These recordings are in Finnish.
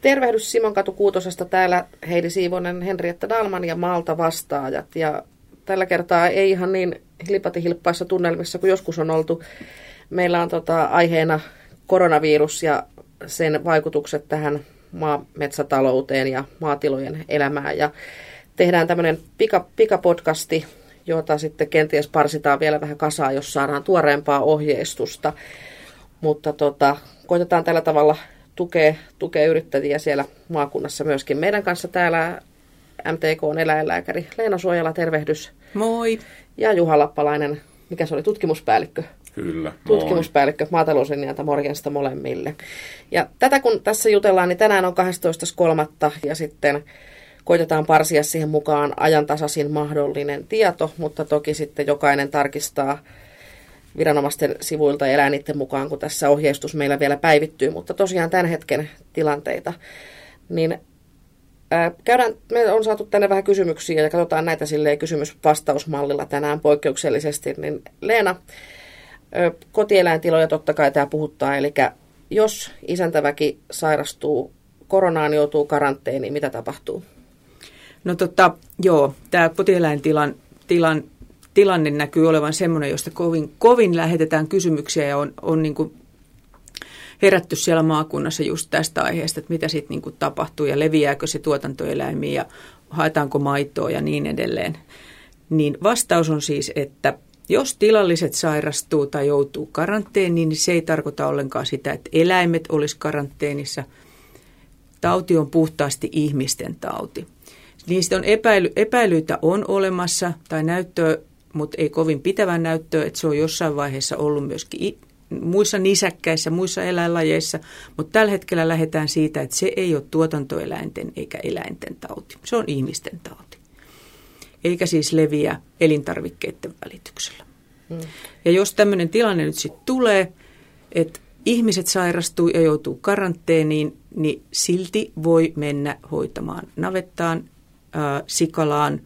Tervehdys Simonkatu 6. Täällä Heidi Siivonen, Henrietta Dalman ja Maalta vastaajat. Ja tällä kertaa ei ihan niin hilpatihilppaissa tunnelmissa kuin joskus on oltu. Meillä on aiheena koronavirus ja sen vaikutukset tähän maa-metsätalouteen ja maatilojen elämään. Ja tehdään tämmöinen pikapodcasti, jota sitten kenties parsitaan vielä vähän kasaan, jos saadaan tuoreempaa ohjeistusta. Mutta koitetaan tällä tavalla tukea yrittäjiä siellä maakunnassa myöskin. Meidän kanssa täällä MTK:n eläinlääkäri Leena Suojala, tervehdys. Moi. Ja Juha Lappalainen, mikä se oli, tutkimuspäällikkö? Kyllä, tutkimuspäällikkö Maatalouslinjalta, morjesta molemmille. Ja tätä kun tässä jutellaan, niin tänään on 12.3. ja sitten koitetaan parsia siihen mukaan ajantasaisin mahdollinen tieto, mutta toki sitten jokainen tarkistaa viranomaisten sivuilta ja elää niiden mukaan, kun tässä ohjeistus meillä vielä päivittyy, mutta tosiaan tämän hetken tilanteita. Niin me on saatu tänne vähän kysymyksiä ja katsotaan näitä silleen kysymys-vastausmallilla tänään poikkeuksellisesti. Niin Leena, kotieläintiloja totta kai tämä puhuttaa, eli jos isäntäväki sairastuu koronaan, joutuu karanteeniin, mitä tapahtuu? No tämä kotieläintilan tilanne näkyy olevan semmoinen, josta kovin lähetetään kysymyksiä ja on niin kuin herätty siellä maakunnassa just tästä aiheesta, että mitä sitten niin kuin tapahtuu ja leviääkö se tuotantoeläimiin ja haetaanko maitoa ja niin edelleen. Niin vastaus on siis, että jos tilalliset sairastuu tai joutuu karanteeniin, niin se ei tarkoita ollenkaan sitä, että eläimet olisi karanteenissa. Tauti on puhtaasti ihmisten tauti. Niistä on epäilyitä on olemassa tai näyttöä, mutta ei kovin pitävän näyttöä, että se on jossain vaiheessa ollut myöskin muissa nisäkkäissä, muissa eläinlajeissa, mutta tällä hetkellä lähdetään siitä, että se ei ole tuotantoeläinten eikä eläinten tauti. Se on ihmisten tauti, eikä siis leviä elintarvikkeiden välityksellä. Ja jos tämmöinen tilanne nyt sitten tulee, että ihmiset sairastuu ja joutuu karanteeniin, niin silti voi mennä hoitamaan navettaan, sikalaan,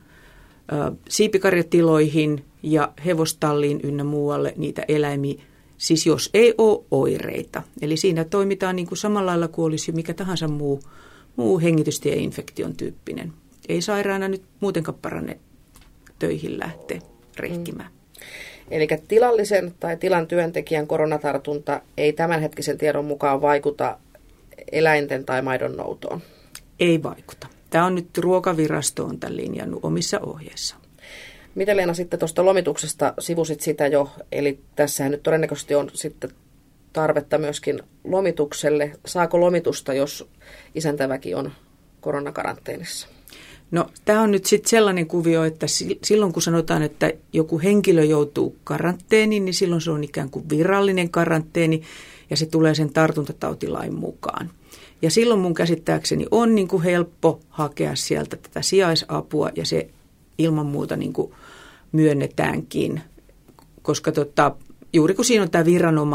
siipikarjatiloihin ja hevostalliin ynnä muualle niitä eläimiä, siis jos ei ole oireita. Eli siinä toimitaan niin kuin samalla lailla kuin olisi mikä tahansa muu hengitystieinfektion tyyppinen. Ei sairaana nyt muutenkaan parane töihin lähteä rehkimään. Eli tilallisen tai tilan työntekijän koronatartunta ei tämänhetkisen tiedon mukaan vaikuta eläinten tai maidon noutoon? Ei vaikuta. Tämä on nyt Ruokavirasto on tämän linjannut omissa ohjeissaan. Miten Leena sitten tuosta lomituksesta sivusit sitä jo, eli tässähän nyt todennäköisesti on sitten tarvetta myöskin lomitukselle. Saako lomitusta, jos isäntäväki on koronakaranteenissa? No tämä on nyt sitten sellainen kuvio, että silloin kun sanotaan, että joku henkilö joutuu karanteeniin, niin silloin se on ikään kuin virallinen karanteeni ja se tulee sen tartuntatautilain mukaan. Ja silloin mun käsittääkseni on niin kuin helppo hakea sieltä tätä sijaisapua ja se ilman muuta niin kuin myönnetäänkin, koska juuri kun siinä on tämä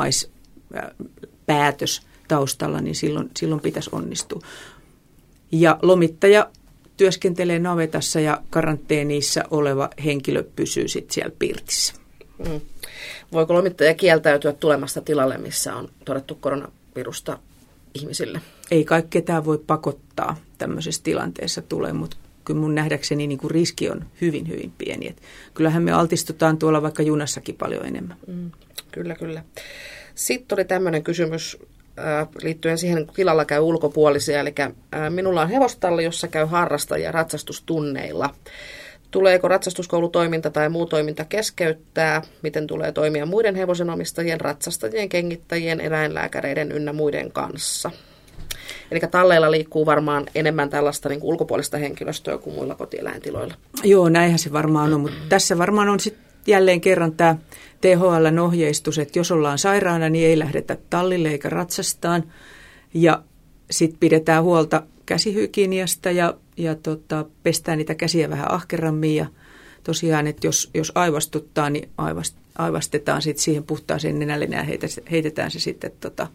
viranomaispäätös taustalla, niin silloin pitäisi onnistua. Ja lomittaja työskentelee navetassa ja karanteenissa oleva henkilö pysyy sitten siellä pirtissä. Voiko lomittaja kieltäytyä tulemasta tilalle, missä on todettu koronavirusta ihmisille? Ei kai ketään voi pakottaa tämmöisessä tilanteessa tulee, mutta kyllä mun nähdäkseni niin kuin riski on hyvin, hyvin pieni. Et kyllähän me altistutaan tuolla vaikka junassakin paljon enemmän. Kyllä. Sitten oli tämmöinen kysymys liittyen siihen, kun tilalla käy ulkopuolisia. Eli minulla on hevostalli, jossa käy harrastajia ratsastustunneilla. Tuleeko ratsastuskoulutoiminta tai muu toiminta keskeyttää? Miten tulee toimia muiden hevosenomistajien, ratsastajien, kengittäjien, eläinlääkäreiden ynnä muiden kanssa? Eli talleilla liikkuu varmaan enemmän tällaista niin kuin ulkopuolista henkilöstöä kuin muilla kotieläintiloilla. Joo, näinhän se varmaan on, mutta tässä varmaan on sitten jälleen kerran tämä THL:n ohjeistus, että jos ollaan sairaana, niin ei lähdetä tallille eikä ratsastaan. Ja sitten pidetään huolta käsihygieniasta ja pestään niitä käsiä vähän ahkerammin. Ja tosiaan, että jos aivastuttaa, niin aivastetaan sitten siihen puhtaaseen nenälle ja heitetään se sitten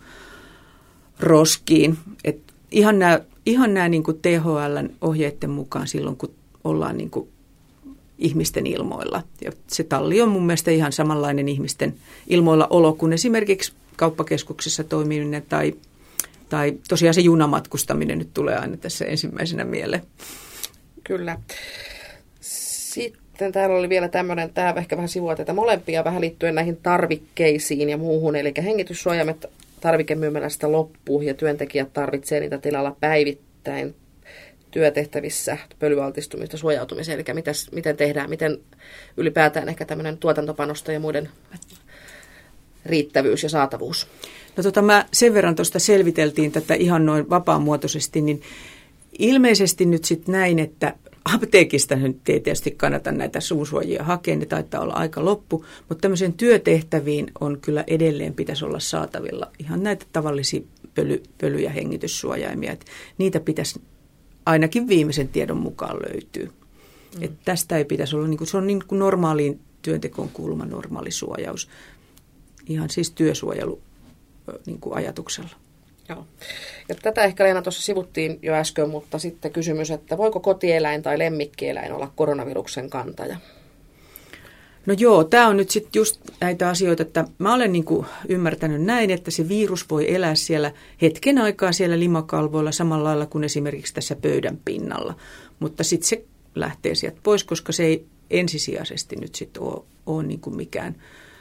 roskiin. Et ihan nämä niin kuin THL:n ohjeiden mukaan silloin, kun ollaan niin kuin ihmisten ilmoilla. Ja se talli on mun mielestä ihan samanlainen ihmisten ilmoilla olo kuin esimerkiksi kauppakeskuksessa toimiminen Tai tosiaan se junamatkustaminen nyt tulee aina tässä ensimmäisenä mieleen. Kyllä. Sitten täällä oli vielä tämmöinen, tämä ehkä vähän sivua tätä molempia vähän liittyen näihin tarvikkeisiin ja muuhun. Eli hengityssuojaimet tarvikemyymälästä loppuu ja työntekijät tarvitsee niitä tilalla päivittäin työtehtävissä pölyaltistumista suojautumiseen. Eli miten tehdään, miten ylipäätään ehkä tämmöinen tuotantopanosta ja muiden riittävyys ja saatavuus. No mä sen verran tuosta selviteltiin tätä ihan noin vapaamuotoisesti, niin ilmeisesti nyt sitten näin, että apteekista nyt ei tietysti kannata näitä suusuojia hakea, ne taitaa olla aika loppu, mutta tämmöisen työtehtäviin on kyllä edelleen pitäisi olla saatavilla ihan näitä tavallisia pöly- ja hengityssuojaimia, että niitä pitäisi ainakin viimeisen tiedon mukaan löytyy. Että tästä ei pitäisi olla, se on niin kuin normaaliin työntekoon kuuluva normaali suojaus, ihan siis työsuojelu niin kuin ajatuksella. Joo. Ja tätä ehkä Leena tuossa sivuttiin jo äsken, mutta sitten kysymys, että voiko kotieläin tai lemmikkieläin olla koronaviruksen kantaja? No joo, tämä on nyt sitten just näitä asioita, että mä olen niin kuin ymmärtänyt näin, että se virus voi elää siellä hetken aikaa siellä limakalvoilla samalla lailla kuin esimerkiksi tässä pöydän pinnalla, mutta sitten se lähtee sieltä pois, koska se ei ensisijaisesti nyt sitten ole niin kuin mikään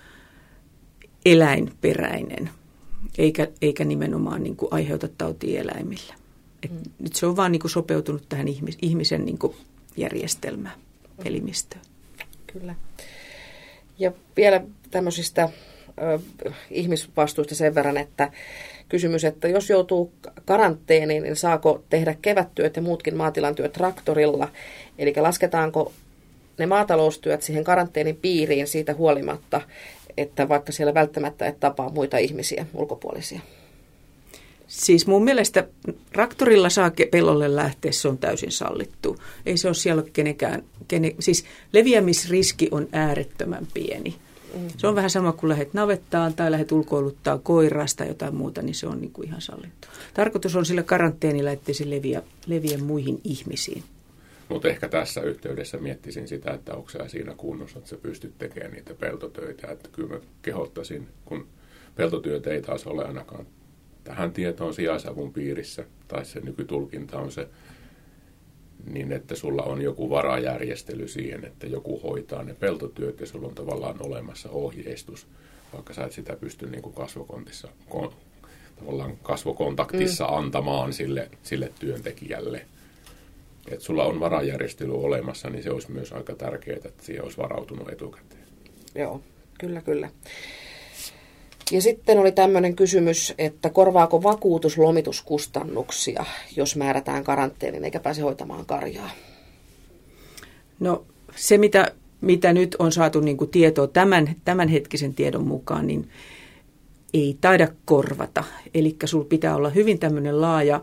eläinperäinen. Eikä nimenomaan niin kuin aiheuta tautia eläimillä. Nyt se on vaan niin kuin sopeutunut tähän ihmisen niin kuin järjestelmään, elimistöön. Kyllä. Ja vielä tämmöisistä ihmisvastuista sen verran, että kysymys, että jos joutuu karanteeniin, niin saako tehdä kevättyöt ja muutkin maatilan työt traktorilla? Eli lasketaanko ne maataloustyöt siihen karanteenin piiriin siitä huolimatta, että vaikka siellä välttämättä et tapaa muita ihmisiä, ulkopuolisia? Siis mun mielestä traktorilla saa pellolle lähteä, se on täysin sallittu. Ei se ole siellä kenenkään, siis leviämisriski on äärettömän pieni. Se on vähän sama kuin lähdet navettaan tai lähdet ulkoiluttaa koirasta tai jotain muuta, niin se on niin kuin ihan sallittu. Tarkoitus on sillä karanteenilla, ettei se leviä muihin ihmisiin. Mutta ehkä tässä yhteydessä miettisin sitä, että onko sä siinä kunnossa, että sä pystyt tekemään niitä peltotöitä. Että kyllä mä kehottaisin, kun peltotyöt ei taas ole ainakaan tähän tietoon sijaisavun piirissä, tai se nykytulkinta on se, niin että sulla on joku varajärjestely siihen, että joku hoitaa ne peltotyöt ja sulla on tavallaan olemassa ohjeistus, vaikka sä et sitä pysty niin kuin kasvokontaktissa antamaan sille työntekijälle. Että sulla on varajärjestely olemassa, niin se olisi myös aika tärkeää, että siihen olisi varautunut etukäteen. Joo, kyllä. Ja sitten oli tämmöinen kysymys, että korvaako vakuutus lomituskustannuksia, jos määrätään karanteeniin eikä pääse hoitamaan karjaa? No se, mitä nyt on saatu niin kuin tietoa tämänhetkisen tiedon mukaan, niin ei taida korvata. Eli sulla pitää olla hyvin tämmöinen laaja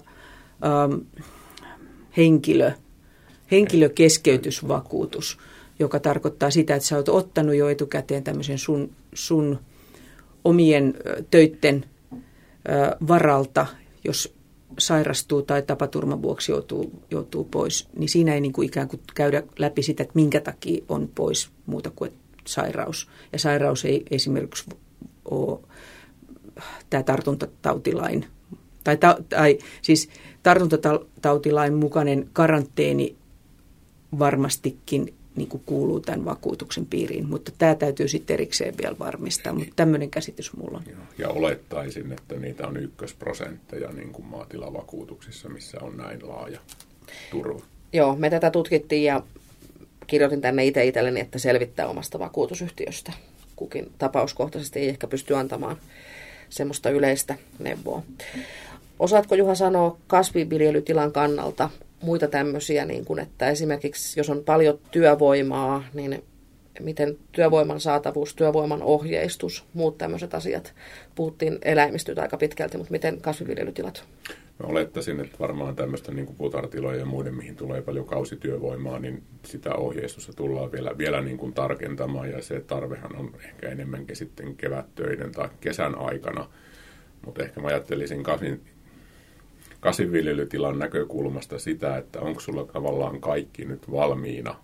henkilökeskeytysvakuutus, joka tarkoittaa sitä, että sä oot ottanut jo etukäteen tämmöisen sun omien töitten varalta, jos sairastuu tai tapaturman vuoksi joutuu pois, niin siinä ei niin kuin ikään kuin käydä läpi sitä, että minkä takia on pois muuta kuin sairaus. Ja sairaus ei esimerkiksi ole tämä tartuntatautilain, tai siis tartuntatautilain mukainen karanteeni varmastikin niin kuin kuuluu tämän vakuutuksen piiriin, mutta tämä täytyy sitten erikseen vielä varmistaa, mutta tämmöinen käsitys mulla on. Ja olettaisin, että niitä on 1% niin kuin maatilavakuutuksissa, missä on näin laaja turva. Joo, me tätä tutkittiin ja kirjoitin tänne itse itselleni, että selvittää omasta vakuutusyhtiöstä. Kukin tapauskohtaisesti ei ehkä pysty antamaan semmoista yleistä neuvoa. Osaatko, Juha, sanoa kasvinviljelytilan kannalta muita tämmöisiä, niin kuin, että esimerkiksi jos on paljon työvoimaa, niin miten työvoiman saatavuus, työvoiman ohjeistus, muut tämmöiset asiat. Puhuttiin eläimistä aika pitkälti, mutta miten kasvinviljelytilat? Mä olettaisin, että varmaan tämmöistä niin kuin puutarhatiloja ja muiden, mihin tulee paljon kausityövoimaa, niin sitä ohjeistusta tullaan vielä niin kuin tarkentamaan. Ja se tarvehan on ehkä enemmänkin sitten kevättöiden tai kesän aikana. Mutta ehkä mä ajattelisin kasvinviljelytilan näkökulmasta sitä, että onko sulla tavallaan kaikki nyt valmiina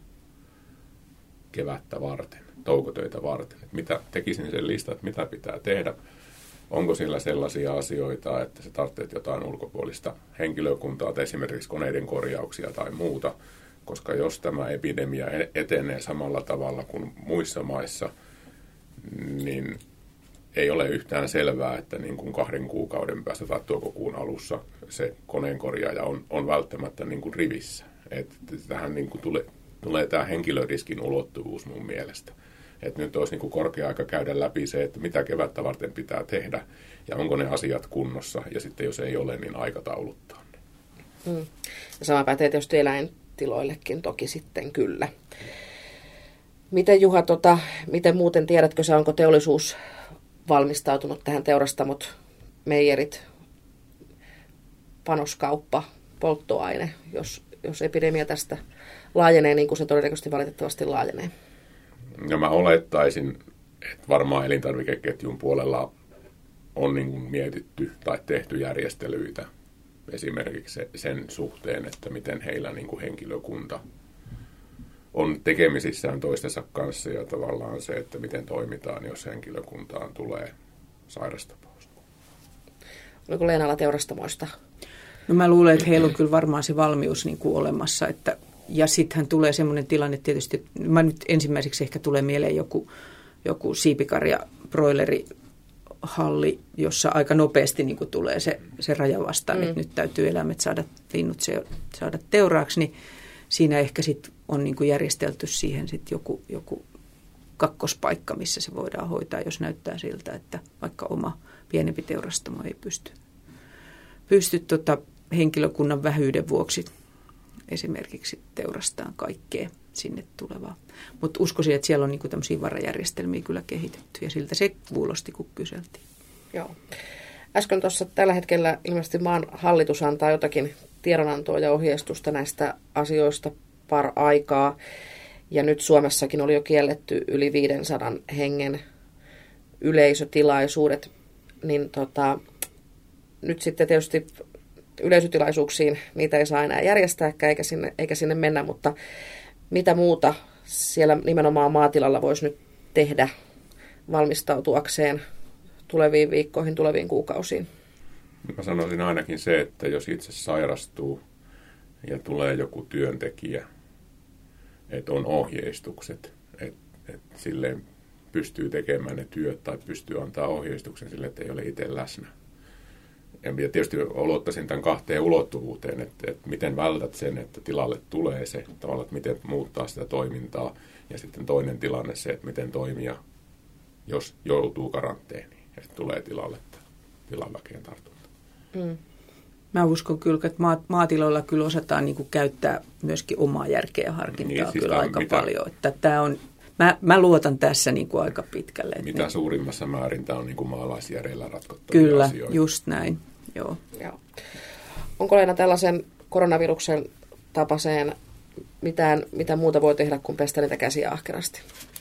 kevättä varten, toukotöitä varten. Että mitä tekisin sen listan, että mitä pitää tehdä. onko siellä sellaisia asioita, että sä tarvitset jotain ulkopuolista henkilökuntaa, tai esimerkiksi koneiden korjauksia tai muuta, koska jos tämä epidemia etenee samalla tavalla kuin muissa maissa, niin ei ole yhtään selvää, että niin kuin 2 kuukauden päästä tai toukokuun alussa se koneenkorjaaja on välttämättä niin kuin rivissä. Että tähän niin kuin tulee tämä henkilöriskin ulottuvuus mun mielestä. Että nyt olisi niin kuin korkea aika käydä läpi se, että mitä kevättä varten pitää tehdä ja onko ne asiat kunnossa. Ja sitten jos ei ole, niin aikatauluttaa ne. Ja sama pätee tietysti eläintiloillekin toki sitten kyllä. Miten Juha, miten muuten tiedätkö sä, onko teollisuus valmistautunut tähän, teurastamot, meijerit, panoskauppa, polttoaine, jos epidemia tästä laajenee niin kuin se todennäköisesti valitettavasti laajenee? No mä olettaisin, että varmaan elintarvikeketjun puolella on niin kuin mietitty tai tehty järjestelyitä esimerkiksi sen suhteen, että miten heillä niin kuin henkilökunta on tekemisissään toistensa kanssa ja tavallaan se, että miten toimitaan, jos henkilökuntaan tulee sairastapaus. Oliko Leenalla teurastamoista? No mä luulen, että heillä on kyllä varmaan se valmius niin kuin olemassa. Ja sittenhän tulee semmoinen tilanne tietysti, että mä nyt ensimmäiseksi ehkä tulee mieleen joku siipikarja, broilerihalli, jossa aika nopeasti niin kuin tulee se raja vastaan, että nyt täytyy eläimet linnut saada teuraaksi, niin siinä ehkä sitten on niin kuin järjestelty siihen sitten joku kakkospaikka, missä se voidaan hoitaa, jos näyttää siltä, että vaikka oma pienempi teurastamo ei pysty henkilökunnan vähyyden vuoksi esimerkiksi teurastaan kaikkea sinne tulevaa. Mutta uskoisin, että siellä on niinku tämmöisiä varajärjestelmiä kyllä kehitetty ja siltä se kuulosti, kun kyseltiin. Joo. Äsken tuossa tällä hetkellä ilmeisesti maan hallitus antaa jotakin tiedonantoa ja ohjeistusta näistä asioista aikaa. Ja nyt Suomessakin oli jo kielletty yli 500 hengen yleisötilaisuudet. Niin nyt sitten tietysti yleisötilaisuuksiin niitä ei saa enää järjestääkään eikä sinne mennä, mutta mitä muuta siellä nimenomaan maatilalla voisi nyt tehdä valmistautuakseen tuleviin viikkoihin, tuleviin kuukausiin? Mä sanoisin ainakin se, että jos itse sairastuu ja tulee joku työntekijä, että on ohjeistukset, että silleen pystyy tekemään ne työt tai pystyy antaa ohjeistuksen sille, että ei ole itse läsnä. Ja tietysti ulottaisin tämän 2 ulottuvuuteen, että miten vältät sen, että tilalle tulee se, tavallaan, että miten muuttaa sitä toimintaa. Ja sitten toinen tilanne se, että miten toimia, jos joutuu karanteeniin, että tulee tilalle tilan väkeen tartunta. Mä uskon kyllä, että maatiloilla kyllä osataan niin kuin käyttää myöskin omaa järkeä ja harkintaa niin, siis kyllä aika paljon. Että tämä on, mä luotan tässä niin kuin aika pitkälle. Mitä suurimmassa määrin tämä on niin kuin maalaisjärjellä ratkottavia kyllä, asioita. Kyllä, just näin. Joo. Onko Leena tällaisen koronaviruksen tapaiseen mitä muuta voi tehdä kuin pestä niitä käsiä ahkerasti?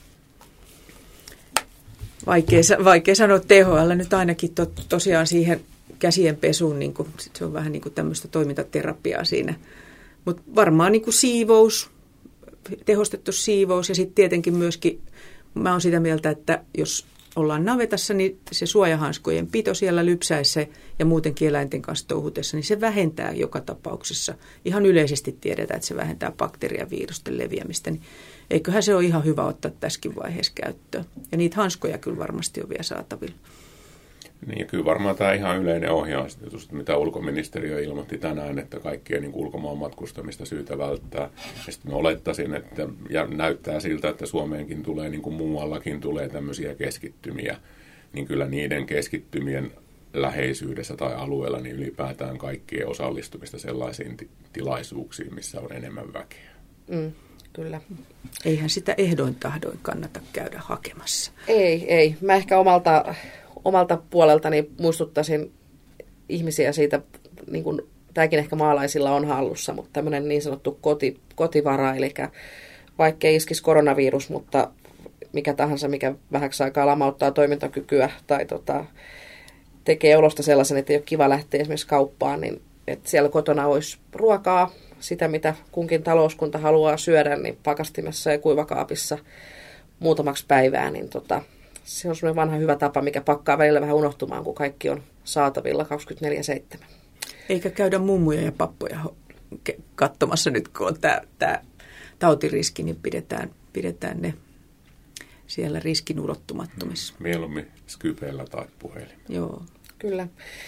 Vaikea sanoa. THL nyt ainakin tosiaan siihen käsien pesuun, niin kuin, se on vähän niin kuin tämmöistä toimintaterapiaa siinä. Mutta varmaan niin kuin siivous, tehostettu siivous ja sitten tietenkin myöskin, mä oon sitä mieltä, että jos ollaan navetassa, niin se suojahanskojen pito siellä lypsäessä ja muutenkin eläinten kanssa touhutessa, niin se vähentää joka tapauksessa. Ihan yleisesti tiedetään, että se vähentää bakteeria ja virusten leviämistä, niin eiköhän se ole ihan hyvä ottaa tässäkin vaiheessa käyttöön. Ja niitä hanskoja kyllä varmasti on vielä saatavilla. Niin ja kyllä varmaan tämä ihan yleinen ohjaus, mitä ulkoministeriö ilmoitti tänään, että kaikkea niin ulkomaan matkustamista syytä välttää. Ja sitten mä olettaisin, että ja näyttää siltä, että Suomeenkin tulee, niin kuin muuallakin tulee tämmöisiä keskittymiä, niin kyllä niiden keskittymien läheisyydessä tai alueella niin ylipäätään kaikkien osallistumista sellaisiin tilaisuuksiin, missä on enemmän väkeä. Kyllä. Eihän sitä ehdoin tahdoin kannata käydä hakemassa. Ei. Mä ehkä omalta puoleltani muistuttaisin ihmisiä siitä, niin kuin tämäkin ehkä maalaisilla on hallussa, mutta tämmöinen niin sanottu kotivara, eli vaikka ei iskisi koronavirus, mutta mikä tahansa, mikä vähäksi aikaa lamauttaa toimintakykyä tai tekee olosta sellaisen, että ei ole kiva lähteä esimerkiksi kauppaan, niin että siellä kotona olisi ruokaa, sitä mitä kunkin talouskunta haluaa syödä, niin pakastimessa ja kuivakaapissa muutamaksi päivää, niin Se on semmoinen vanha hyvä tapa, mikä pakkaa välillä vähän unohtumaan, kun kaikki on saatavilla 24/7. Eikä käydä mummuja ja pappoja katsomassa nyt, kun on tämä tautiriski, niin pidetään ne siellä riskin ulottumattomissa. Mieluummin Skypeillä tai puhelimella. Joo. Kyllä.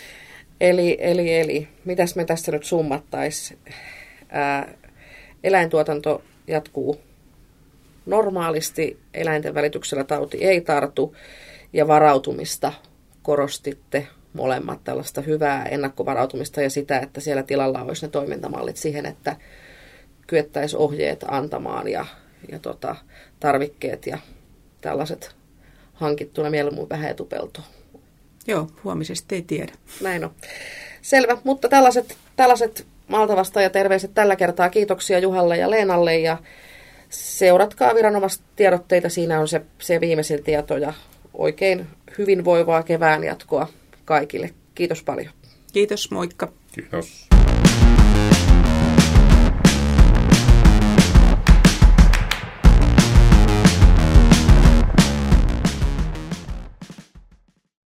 Eli, mitäs me tässä nyt summattaisiin? Eläintuotanto jatkuu normaalisti, eläinten välityksellä tauti ei tartu, ja varautumista korostitte molemmat, tällaista hyvää ennakkovarautumista ja sitä, että siellä tilalla olisi ne toimintamallit siihen, että kyettäisiin ohjeet antamaan ja tarvikkeet ja tällaiset hankittuna mieluummin vähän etupeltoon. Joo, huomisesta ei tiedä. Näin on. Selvä, mutta tällaiset Maaltavastaajat-terveiset tällä kertaa. Kiitoksia Juhalle ja Leenalle ja seuratkaa viranomaistiedotteita. Siinä on se viimeisin tieto ja oikein hyvinvoivaa kevään jatkoa kaikille. Kiitos paljon. Kiitos, moikka. Kiitos.